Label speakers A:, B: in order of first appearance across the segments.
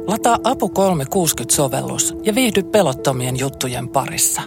A: Lataa Apu 360-sovellus ja viihdy pelottomien juttujen parissa.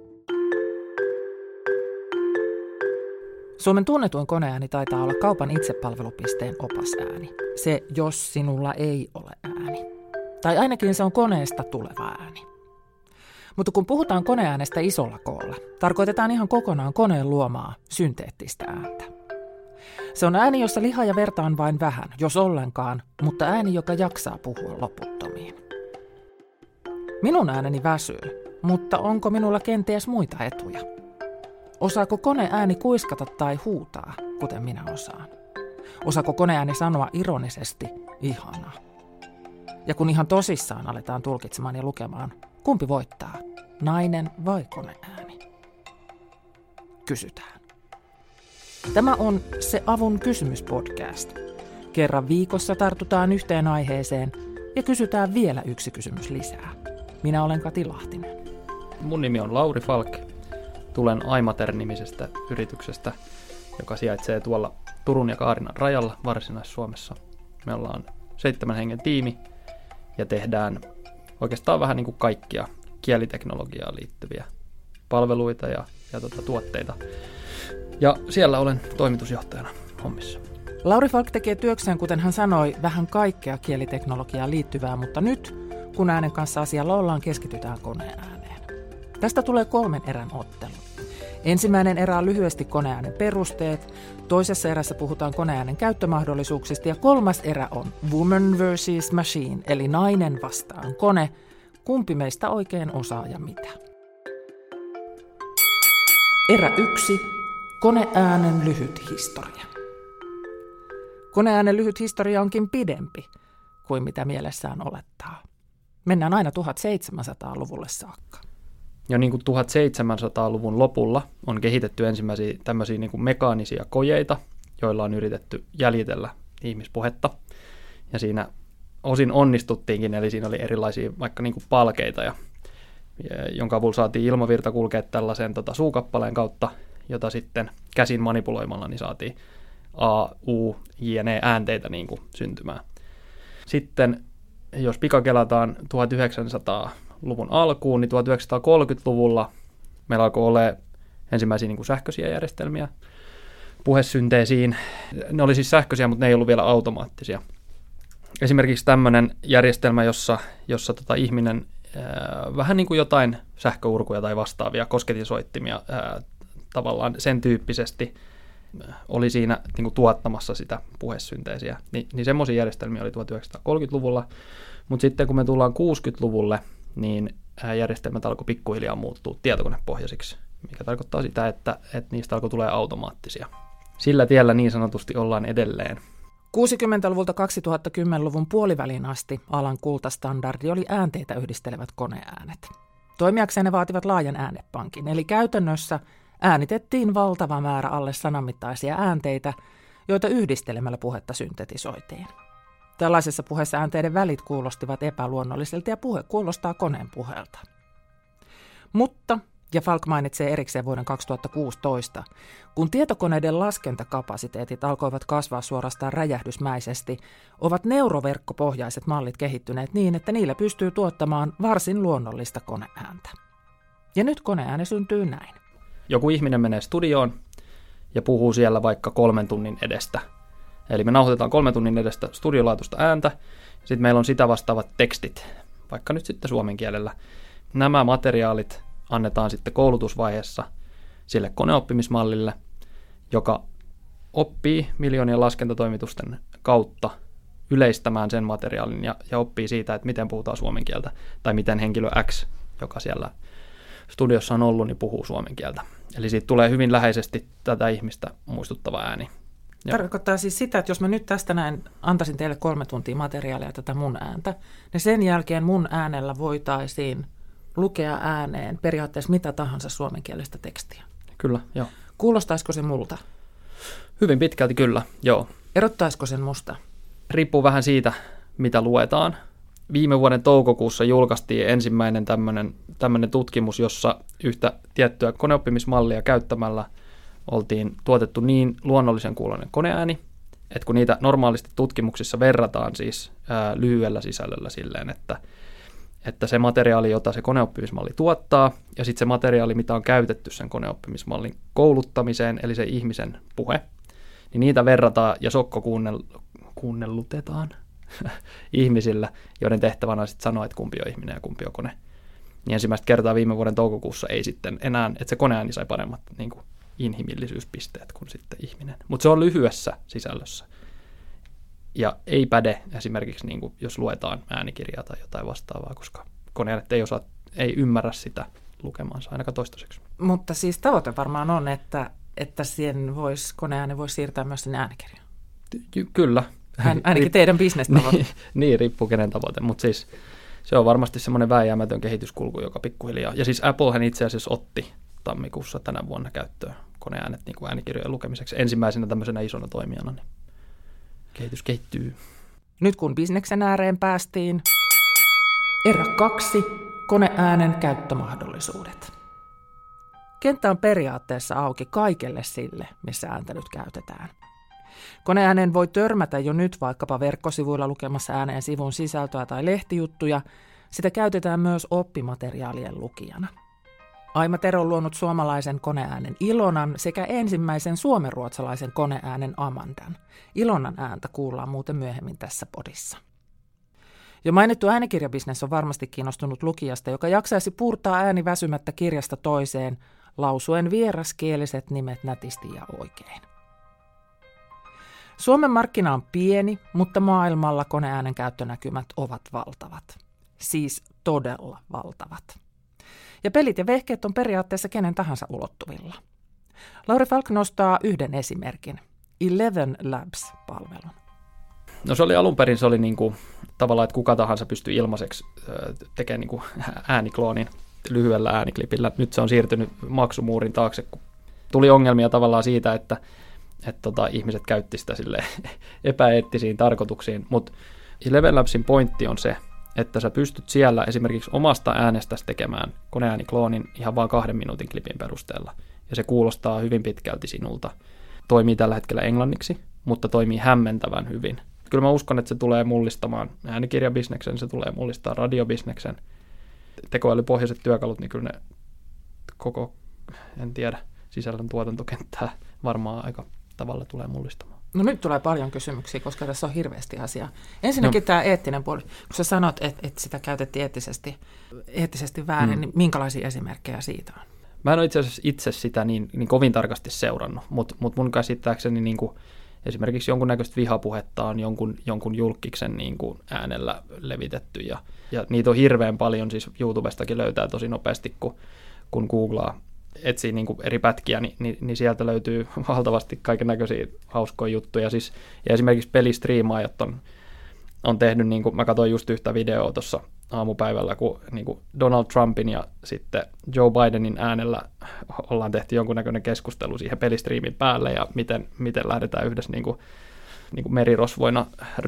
B: Suomen tunnetuin koneääni taitaa olla kaupan itsepalvelupisteen opasääni. Se, jos sinulla ei ole ääni. Tai ainakin se on koneesta tuleva ääni. Mutta kun puhutaan koneäänestä isolla koolla, tarkoitetaan ihan kokonaan koneen luomaa synteettistä ääntä. Se on ääni, jossa liha ja verta on vain vähän, jos ollenkaan, mutta ääni, joka jaksaa puhua loputtomiin. Minun ääneni väsyy, mutta onko minulla kenties muita etuja? Osaako koneääni kuiskata tai huutaa, kuten minä osaan? Osaako koneääni sanoa ironisesti, ihanaa? Ja kun ihan tosissaan aletaan tulkitsemaan ja lukemaan, kumpi voittaa, nainen vai koneääni? Kysytään. Tämä on Se Avun kysymyspodcast. Kerran viikossa tartutaan yhteen aiheeseen ja kysytään vielä yksi kysymys lisää. Minä olen Kati Lahtinen.
C: Mun nimi on Lauri Falk. Tulen Aimater-nimisestä yrityksestä, joka sijaitsee tuolla Turun ja Kaarinan rajalla Varsinais-Suomessa. Me ollaan 7 hengen tiimi ja tehdään oikeastaan vähän niin kuin kaikkia kieliteknologiaan liittyviä palveluita ja tuotteita. Ja siellä olen toimitusjohtajana hommissa.
B: Lauri Falk tekee työkseen, kuten hän sanoi, vähän kaikkea kieliteknologiaan liittyvää, mutta nyt, kun äänen kanssa asialla ollaan, keskitytään koneääneen. Tästä tulee 3 erän ottelu. Ensimmäinen erä on lyhyesti koneäänen perusteet, toisessa erässä puhutaan koneäänen käyttömahdollisuuksista ja 3. erä on woman versus machine, eli nainen vastaan kone. Kumpi meistä oikein osaa ja mitä? Erä 1. Koneäänen lyhyt historia. Koneäänen lyhyt historia onkin pidempi kuin mitä mielessään olettaa. Mennään aina 1700-luvulle saakka.
C: Jo niin kuin 1700-luvun lopulla on kehitetty ensimmäisiä tämmöisiä niin kuin mekaanisia kojeita, joilla on yritetty jäljitellä ihmispuhetta. Ja siinä osin onnistuttiinkin, eli siinä oli erilaisia vaikka niin kuin palkeita, jonka avulla saatiin ilmavirta kulkea tällaisen suukappaleen kautta, jota sitten käsin manipuloimalla niin saatiin A, U, J ja ne äänteitä niin kuin syntymään. Sitten jos pikakelataan 1900-luvun alkuun, niin 1930-luvulla meillä alkoi olla ensimmäisiä niin kuin sähköisiä järjestelmiä puhesynteesiin. Ne oli siis sähköisiä, mutta ne ei ollut vielä automaattisia. Esimerkiksi tämmöinen järjestelmä, jossa ihminen vähän niin kuin jotain sähköurkuja tai vastaavia kosketinsoittimia tavallaan sen tyyppisesti oli siinä niin kuin tuottamassa sitä puhesynteesiä. Niin semmoisia järjestelmiä oli 1930-luvulla, mutta sitten kun me tullaan 60-luvulle, niin järjestelmät alkoi pikkuhiljaa muuttua tietokonepohjaisiksi, mikä tarkoittaa sitä, että niistä alkoi tulee automaattisia. Sillä tiellä niin sanotusti ollaan edelleen.
B: 60-luvulta 2010-luvun puoliväliin asti alan kultastandardi oli äänteitä yhdistelevät koneäänet. Toimijakseen ne vaativat laajan äänepankin, eli käytännössä äänitettiin valtava määrä alle sananmittaisia äänteitä, joita yhdistelemällä puhetta syntetisoitiin. Tällaisessa puheessa äänteiden välit kuulostivat epäluonnolliselta ja puhe kuulostaa koneen puheelta. Mutta, ja Falk mainitsee erikseen vuoden 2016, kun tietokoneiden laskentakapasiteetit alkoivat kasvaa suorastaan räjähdysmäisesti, ovat neuroverkkopohjaiset mallit kehittyneet niin, että niillä pystyy tuottamaan varsin luonnollista koneääntä. Ja nyt koneääni syntyy näin.
C: Joku ihminen menee studioon ja puhuu siellä vaikka 3 tunnin edestä. Eli me nauhoitetaan 3 tunnin edestä studiolaatusta ääntä, sitten meillä on sitä vastaavat tekstit, vaikka nyt sitten suomen kielellä. Nämä materiaalit annetaan sitten koulutusvaiheessa sille koneoppimismallille, joka oppii miljoonien laskentatoimitusten kautta yleistämään sen materiaalin ja oppii siitä, että miten puhutaan suomen kieltä, tai miten henkilö X, joka siellä studiossa on ollut, niin puhuu suomen kieltä. Eli siitä tulee hyvin läheisesti tätä ihmistä muistuttava ääni.
B: Tarkoittaa siis sitä, että jos mä nyt tästä näin antaisin teille 3 tuntia materiaalia tätä mun ääntä, niin sen jälkeen mun äänellä voitaisiin lukea ääneen periaatteessa mitä tahansa suomenkielistä tekstiä.
C: Kyllä, joo.
B: Kuulostaisiko se multa?
C: Hyvin pitkälti kyllä, joo.
B: Erottaisiko sen musta?
C: Riippuu vähän siitä, mitä luetaan. Viime vuoden toukokuussa julkaistiin ensimmäinen tämmöinen tutkimus, jossa yhtä tiettyä koneoppimismallia käyttämällä oltiin tuotettu niin luonnollisen kuuloinen koneääni, että kun niitä normaalisti tutkimuksissa verrataan siis lyhyellä sisällöllä silleen, että se materiaali, jota se koneoppimismalli tuottaa, ja sitten se materiaali, mitä on käytetty sen koneoppimismallin kouluttamiseen, eli se ihmisen puhe, niin niitä verrataan ja kuunnellutetaan ihmisillä, joiden tehtävänä on sitten sanoa, että kumpi on ihminen ja kumpi on kone. Niin ensimmäistä kertaa viime vuoden toukokuussa ei sitten enää, että se koneääni sai paremmat niin kuin inhimillisyyspisteet kuin sitten ihminen. Mutta se on lyhyessä sisällössä. Ja ei päde esimerkiksi, niin kuin, jos luetaan äänikirjaa tai jotain vastaavaa, koska koneäänet ei ymmärrä sitä lukemansa ainakaan toistaiseksi.
B: Mutta siis tavoite varmaan on, että koneääni voisi siirtää myös sinne äänikirjaan.
C: Kyllä.
B: Ainakin teidän bisnestavoite.
C: Niin, riippuu kenen tavoite, mutta siis se on varmasti semmoinen vääjäämätön kehityskulku, joka pikkuhiljaa. Ja siis Applehän itse asiassa otti tammikuussa tänä vuonna käyttöön koneäänet niin kuin äänikirjojen lukemiseksi ensimmäisenä tämmöisenä isona toimijana, niin kehitys kehittyy.
B: Nyt kun bisneksen ääreen päästiin, erä 2, koneäänen käyttömahdollisuudet. Kenttä on periaatteessa auki kaikelle sille, missä ääntä nyt käytetään. Koneääneen voi törmätä jo nyt vaikkapa verkkosivuilla lukemassa ääneen sivun sisältöä tai lehtijuttuja. Sitä käytetään myös oppimateriaalien lukijana. Aima Tero on luonut suomalaisen koneäänen Ilonan sekä ensimmäisen suomenruotsalaisen koneäänen Amandan. Ilonan ääntä kuullaan muuten myöhemmin tässä podissa. Jo mainittu äänikirjabisnes on varmasti kiinnostunut lukijasta, joka jaksaisi puurtaa ääni väsymättä kirjasta toiseen, lausuen vieraskieliset nimet nätisti ja oikein. Suomen markkina on pieni, mutta maailmalla koneäänen käyttönäkymät ovat valtavat. Siis todella valtavat. Ja pelit ja vehkeet on periaatteessa kenen tahansa ulottuvilla. Lauri Falk nostaa yhden esimerkin, Eleven Labs-palvelun.
C: No se oli alun perin, se oli niinku, tavallaan, että kuka tahansa pystyy ilmaiseksi tekemään niinku äänikloonin lyhyellä ääniklipillä. Nyt se on siirtynyt maksumuurin taakse, kun tuli ongelmia tavallaan siitä, että ihmiset käytti sitä epäeettisiin tarkoituksiin, mutta Eleven Labsin pointti on se, että sä pystyt siellä esimerkiksi omasta äänestäsi tekemään koneäänikloonin ihan vaan 2 minuutin klipin perusteella. Ja se kuulostaa hyvin pitkälti sinulta. Toimii tällä hetkellä englanniksi, mutta toimii hämmentävän hyvin. Kyllä mä uskon, että se tulee mullistamaan äänikirjabisneksen, se tulee mullistaa radiobisneksen. Tekoälypohjaiset työkalut, niin kyllä ne koko, en tiedä, sisällön tuotantokenttää varmaan aika tavalla tulee mullistamaan.
B: No nyt tulee paljon kysymyksiä, koska tässä on hirveästi asiaa. Ensinnäkin tämä eettinen puoli. Kun sä sanot, että sitä käytettiin eettisesti väärin, niin minkälaisia esimerkkejä siitä on?
C: Mä en ole itse asiassa itse sitä niin kovin tarkasti seurannut, mutta mun käsittääkseni niin kuin esimerkiksi jonkunnäköistä vihapuhetta on jonkun julkkiksen niin kuin äänellä levitetty. Ja niitä on hirveän paljon, siis YouTubestakin löytää tosi nopeasti, kun googlaa. Etsii niin kuin eri pätkiä, niin sieltä löytyy valtavasti kaikennäköisiä hauskoja juttuja. Siis, ja esimerkiksi pelistriimaajat on tehnyt, niin kuin mä katsoin just yhtä videoa tuossa aamupäivällä, kun niin kuin Donald Trumpin ja sitten Joe Bidenin äänellä ollaan tehty jonkunnäköinen keskustelu siihen pelistriimin päälle, ja miten lähdetään yhdessä niin kuin merirosvoina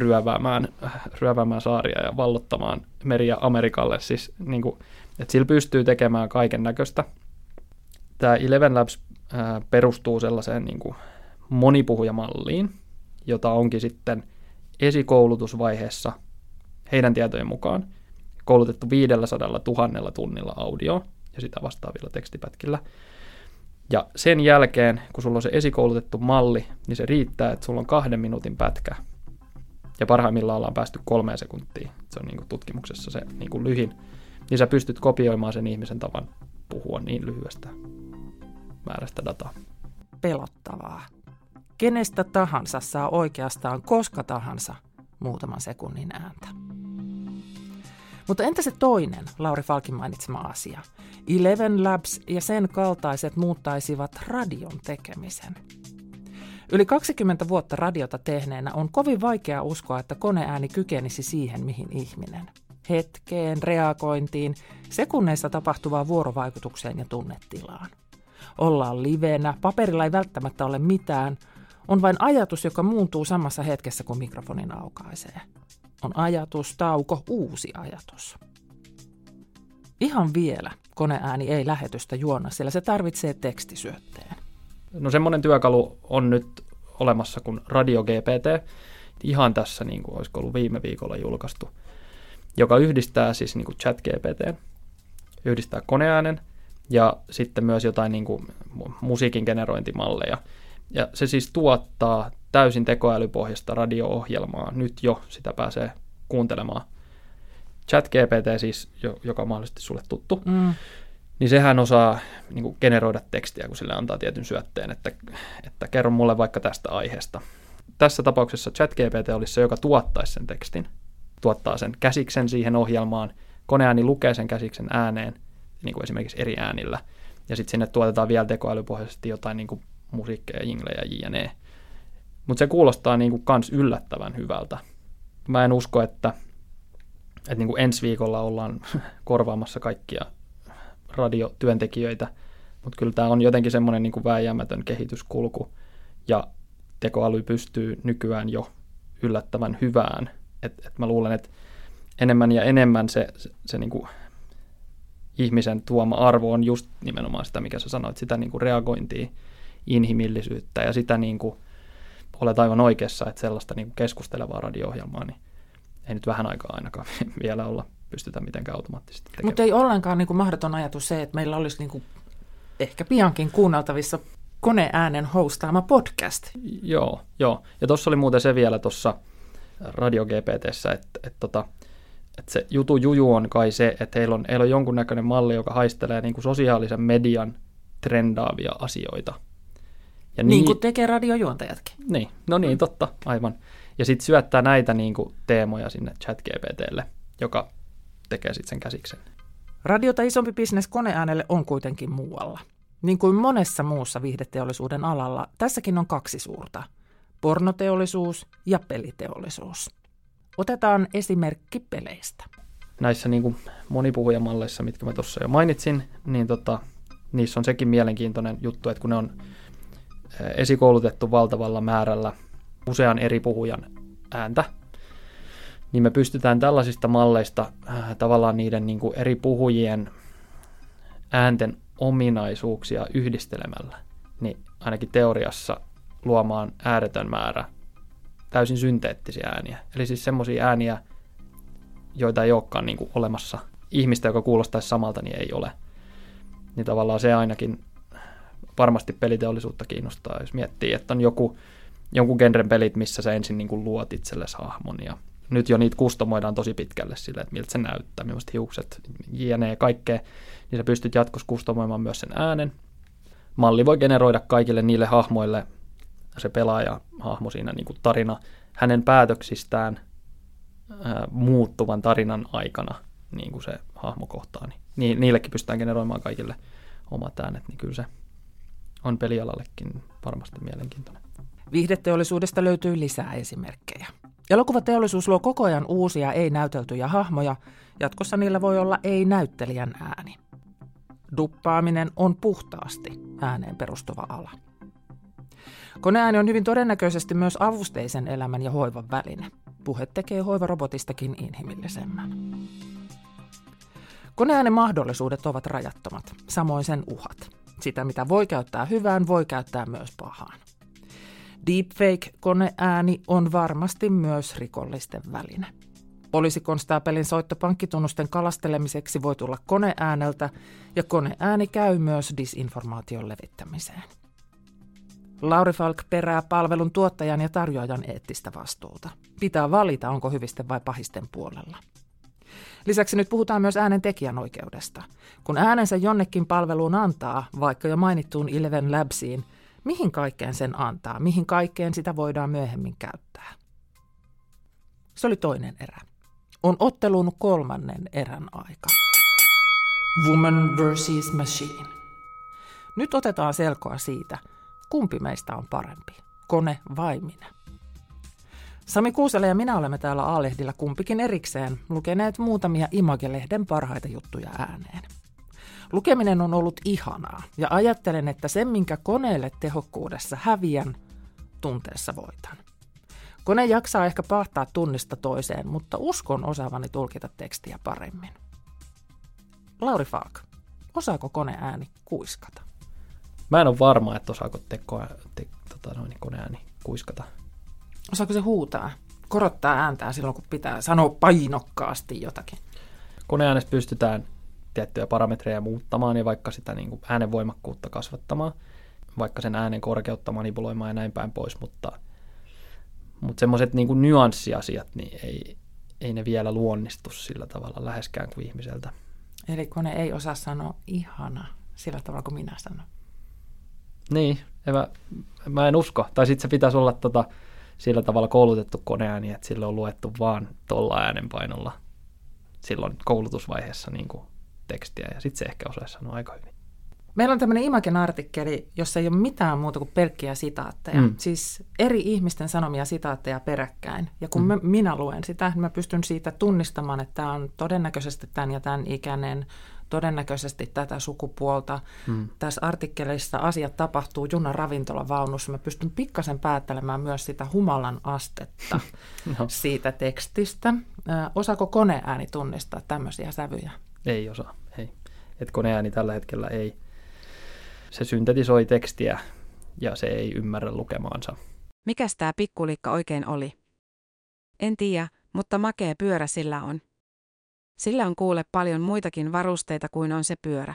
C: ryöväämään saaria ja vallottamaan meriä Amerikalle. Siis, niin kuin, että sillä pystyy tekemään kaiken näköistä. Tämä Eleven Labs perustuu sellaiseen niin kuin monipuhujamalliin, jota onkin sitten esikoulutusvaiheessa heidän tietojen mukaan koulutettu 500 000 tunnilla audio ja sitä vastaavilla tekstipätkillä. Ja sen jälkeen, kun sulla on se esikoulutettu malli, niin se riittää, että sulla on 2 minuutin pätkä. Ja parhaimmillaan ollaan päästy 3 sekuntiin. Se on niin kuin tutkimuksessa se niin kuin lyhin. Niin sä pystyt kopioimaan sen ihmisen tavan puhua niin lyhyestä määrästä dataa.
B: Pelottavaa. Kenestä tahansa saa oikeastaan koska tahansa muutaman sekunnin ääntä. Mutta entä se toinen, Lauri Falkin mainitsema asia? Eleven Labs ja sen kaltaiset muuttaisivat radion tekemisen. Yli 20 vuotta radiota tehneenä on kovin vaikea uskoa, että koneääni kykenisi siihen, mihin ihminen. Hetkeen, reagointiin, sekunneissa tapahtuvaan vuorovaikutukseen ja tunnetilaan. Ollaan livenä, paperilla ei välttämättä ole mitään, on vain ajatus, joka muuntuu samassa hetkessä, kun mikrofonin aukaisee. On ajatus, tauko, uusi ajatus. Ihan vielä koneääni ei lähetystä juonna, sillä se tarvitsee tekstisyötteen.
C: No semmoinen työkalu on nyt olemassa kuin Radio GPT, ihan tässä niin kuin olisiko ollut viime viikolla julkaistu, joka yhdistää siis niin kuin ChatGPT, yhdistää koneäänen ja sitten myös jotain niin kuin musiikin generointimalleja. Ja se siis tuottaa täysin tekoälypohjaista radio-ohjelmaa. Nyt jo sitä pääsee kuuntelemaan. ChatGPT siis, joka on mahdollisesti sulle tuttu, niin sehän osaa niin kuin generoida tekstiä, kun sille antaa tietyn syötteen, että kerro mulle vaikka tästä aiheesta. Tässä tapauksessa ChatGPT olisi se, joka tuottaisi sen tekstin, tuottaa sen käsiksen siihen ohjelmaan, koneääni lukee sen käsiksen ääneen, niin kuin esimerkiksi eri äänillä, ja sitten sinne tuotetaan vielä tekoälypohjaisesti jotain niin kuin musiikkeja, jinglejä, jne. Mutta se kuulostaa niin kuin kans yllättävän hyvältä. Mä en usko, että niin kuin ensi viikolla ollaan korvaamassa kaikkia radiotyöntekijöitä, mutta kyllä tämä on jotenkin semmoinen niin kuin vääjäämätön kehityskulku, ja tekoäly pystyy nykyään jo yllättävän hyvään. Et mä luulen, että enemmän ja enemmän se niin kuin ihmisen tuoma arvo on just nimenomaan sitä, mikä sä sanoit, sitä niin kuin reagointia, inhimillisyyttä, ja sitä niin kuin olet aivan oikeassa, että sellaista niin kuin keskustelevaa radio-ohjelmaa, niin ei nyt vähän aikaa ainakaan vielä pystytä mitenkään automaattisesti tekemään.
B: Mutta ei ollenkaan niin kuin mahdoton ajatus se, että meillä olisi niin kuin ehkä piankin kuunneltavissa koneäänen hostaama podcast.
C: Joo. Ja tuossa oli muuten se vielä tuossa Radio GPT:ssä, että se juju on kai se, että heillä on jonkunnäköinen malli, joka haistelee niin kuin sosiaalisen median trendaavia asioita. Ja
B: niin kuin tekee radiojuontajatkin.
C: Niin, no niin, totta, aivan. Ja sitten syöttää näitä niin kuin teemoja sinne ChatGPT:lle, joka tekee sitten sen käsiksen.
B: Radiota isompi bisnes koneäänelle on kuitenkin muualla. Niin kuin monessa muussa viihdeteollisuuden alalla, tässäkin on kaksi suurta. Pornoteollisuus ja peliteollisuus. Otetaan esimerkki peleistä.
C: Näissä niin kuin monipuhujamalleissa, mitkä mä tuossa jo mainitsin, niin niissä on sekin mielenkiintoinen juttu, että kun ne on esikoulutettu valtavalla määrällä usean eri puhujan ääntä, niin me pystytään tällaisista malleista tavallaan niiden niin kuin eri puhujien äänten ominaisuuksia yhdistelemällä, niin ainakin teoriassa luomaan ääretön määrä täysin synteettisiä ääniä. Eli siis semmoisia ääniä, joita ei olekaan niin kuin olemassa. Ihmistä, joka kuulostaisi samalta, niin ei ole. Niin tavallaan se ainakin varmasti peliteollisuutta kiinnostaa, jos miettii, että on jonkun genren pelit, missä sä ensin niin kuin luot itsellesi hahmon, ja nyt jo niitä kustomoidaan tosi pitkälle sille, että miltä se näyttää, millaiset hiukset, jne. Kaikkea, niin sä pystyt jatkossa kustomoimaan myös sen äänen. Malli voi generoida kaikille niille hahmoille se pelaaja-hahmo siinä niin kuin tarina hänen päätöksistään muuttuvan tarinan aikana, niin kuin se hahmo kohtaa. Niin niillekin pystytään generoimaan kaikille omat äänet, niin kyllä se on pelialallekin varmasti mielenkiintoinen.
B: Viihdeteollisuudesta löytyy lisää esimerkkejä. Elokuvateollisuus luo koko ajan uusia ei-näyteltyjä hahmoja. Jatkossa niillä voi olla ei-näyttelijän ääni. Duppaaminen on puhtaasti ääneen perustuva ala. Koneääni on hyvin todennäköisesti myös avusteisen elämän ja hoivan väline. Puhe tekee hoivarobotistakin inhimillisemmän. Koneäänen mahdollisuudet ovat rajattomat, samoin sen uhat. Sitä, mitä voi käyttää hyvään, voi käyttää myös pahaan. Deepfake-koneääni on varmasti myös rikollisten väline. Poliisikonstaapelin soitto pankkitunnusten kalastelemiseksi voi tulla koneääneltä, ja koneääni käy myös disinformaation levittämiseen. Lauri Falk perää palvelun tuottajan ja tarjoajan eettistä vastuuta. Pitää valita, onko hyvisten vai pahisten puolella. Lisäksi nyt puhutaan myös äänen tekijänoikeudesta. Kun äänensä jonnekin palveluun antaa, vaikka jo mainittuun Eleven Labsiin, mihin kaikkeen sen antaa, mihin kaikkeen sitä voidaan myöhemmin käyttää. Se oli toinen erä. On ottelun kolmannen erän aika. Woman versus Machine. Nyt otetaan selkoa siitä, kumpi meistä on parempi, kone vai minä. Sami Kuusela ja minä olemme täällä A-lehdillä kumpikin erikseen lukeneet muutamia Image-lehden parhaita juttuja ääneen. Lukeminen on ollut ihanaa ja ajattelen, että sen minkä koneelle tehokkuudessa häviän, tunteessa voitan. Kone jaksaa ehkä pahtaa tunnista toiseen, mutta uskon osaavani tulkita tekstiä paremmin. Lauri Falk, osaako koneääni kuiskata?
C: Mä en ole varma, että osaako koneääni kuiskata.
B: Osaako se huutaa? Korottaa ääntään silloin, kun pitää sanoa painokkaasti jotakin.
C: Koneäänessä pystytään tiettyjä parametreja muuttamaan ja vaikka sitä niin kuin äänen voimakkuutta kasvattamaan, vaikka sen äänen korkeutta manipuloimaan ja näin päin pois, mutta semmoiset niin kuin nyanssiasiat, niin ei ne vielä luonnistu sillä tavalla läheskään kuin ihmiseltä.
B: Eli kone ei osaa sanoa ihana sillä tavalla kuin minä sanon.
C: Niin, mä en usko. Tai sitten se pitäisi olla sillä tavalla koulutettu koneääni, että sille on luettu vaan tuolla äänenpainolla silloin koulutusvaiheessa niin kuin tekstiä, ja sitten se ehkä osaisi sanoa aika hyvin.
B: Meillä on tämmöinen Imagen-artikkeli, jossa ei ole mitään muuta kuin pelkkiä sitaatteja. Siis eri ihmisten sanomia sitaatteja peräkkäin. Ja kun minä luen sitä, niin mä pystyn siitä tunnistamaan, että tämä on todennäköisesti tämän ja tämän ikäinen, todennäköisesti tätä sukupuolta. Tässä artikkelissa asiat tapahtuu junan ravintolavaunussa. Mä pystyn pikkasen päättelemään myös sitä humalan astetta siitä tekstistä. Osaako koneääni tunnistaa tämmöisiä sävyjä?
C: Ei osaa, ei. Että koneääni tällä hetkellä ei. Se syntetisoi tekstiä ja se ei ymmärrä lukemaansa.
D: Mikäs tää pikkulikka oikein oli? En tiedä, mutta makea pyörä sillä on. Sillä on kuule paljon muitakin varusteita kuin on se pyörä.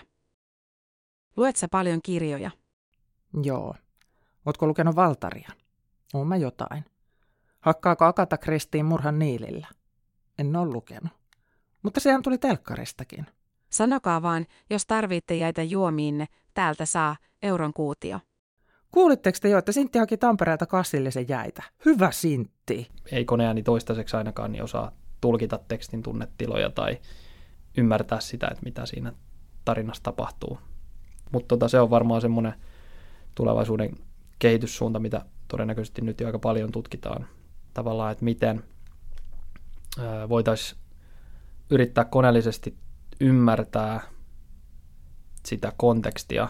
D: Luet sä paljon kirjoja?
B: Joo. Ootko lukenut Valtaria? Oon mä jotain. Hakkaako Agatha Christien Murhan Niilillä? En ole lukenut. Mutta sehän tuli telkkaristakin.
D: Sanokaa vaan, jos tarvitte jäitä juomiinne, täältä saa euron kuutio.
B: Kuulitteko te jo, että Sintti haki Tampereelta kassillisen jäitä? Hyvä Sintti!
C: Ei koneääni toistaiseksi ainakaan niin osaa tulkita tekstin tunnetiloja tai ymmärtää sitä, että mitä siinä tarinassa tapahtuu. Mutta se on varmaan semmoinen tulevaisuuden kehityssuunta, mitä todennäköisesti nyt jo aika paljon tutkitaan. Tavallaan, että miten voitaisiin yrittää koneellisesti ymmärtää sitä kontekstia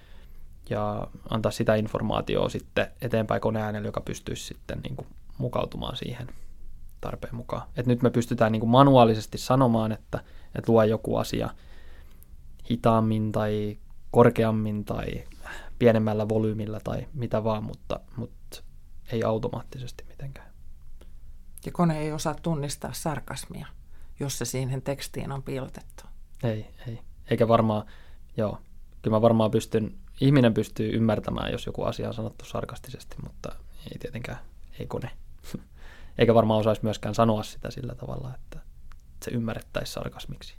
C: ja antaa sitä informaatiota sitten eteenpäin koneäänelle, joka pystyisi sitten niin kuin mukautumaan siihen tarpeen mukaan. Et nyt me pystytään niin kuin manuaalisesti sanomaan, että lue joku asia hitaammin tai korkeammin tai pienemmällä volyymilla tai mitä vaan, mutta ei automaattisesti mitenkään.
B: Ja kone ei osaa tunnistaa sarkasmia, jos se siihen tekstiin on piilotettu.
C: Ei. Eikä varmaan, kyllä mä varmaan ihminen pystyy ymmärtämään, jos joku asia on sanottu sarkastisesti, mutta ei tietenkään, ei kone. Eikä varmaan osaisi myöskään sanoa sitä sillä tavalla, että se ymmärrettäisiin sarkasmiksi.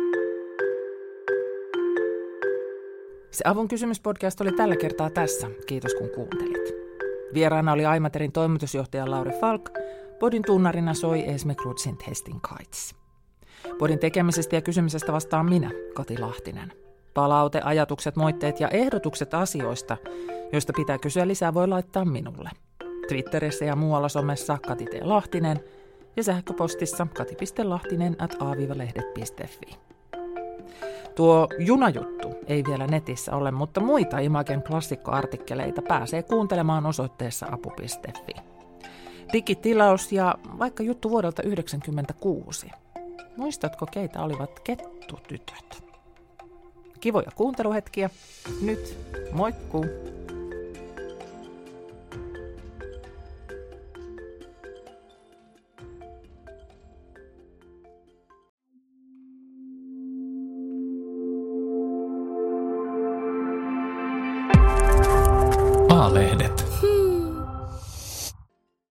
B: Se Avun kysymyspodcast oli tällä kertaa tässä. Kiitos kun kuuntelit. Vieraana oli Aimaterin toimitusjohtaja Lauri Falk. Podin tunnarina soi Esme Krutsin Testing-Kites. Podin tekemisestä ja kysymisestä vastaan minä, Kati Lahtinen. Palaute, ajatukset, moitteet ja ehdotukset asioista, joista pitää kysyä lisää, voi laittaa minulle. Twitterissä ja muualla somessa Kati T. Lahtinen ja sähköpostissa kati.lahtinen@a-lehdet.fi. Tuo junajuttu ei vielä netissä ole, mutta muita Imagen klassikkoartikkeleita pääsee kuuntelemaan osoitteessa apu.fi. Digitilaus ja vaikka juttu vuodelta 1996. Muistatko, keitä olivat kettutytöt? Kivoja kuunteluhetkiä. Nyt, moikkuu!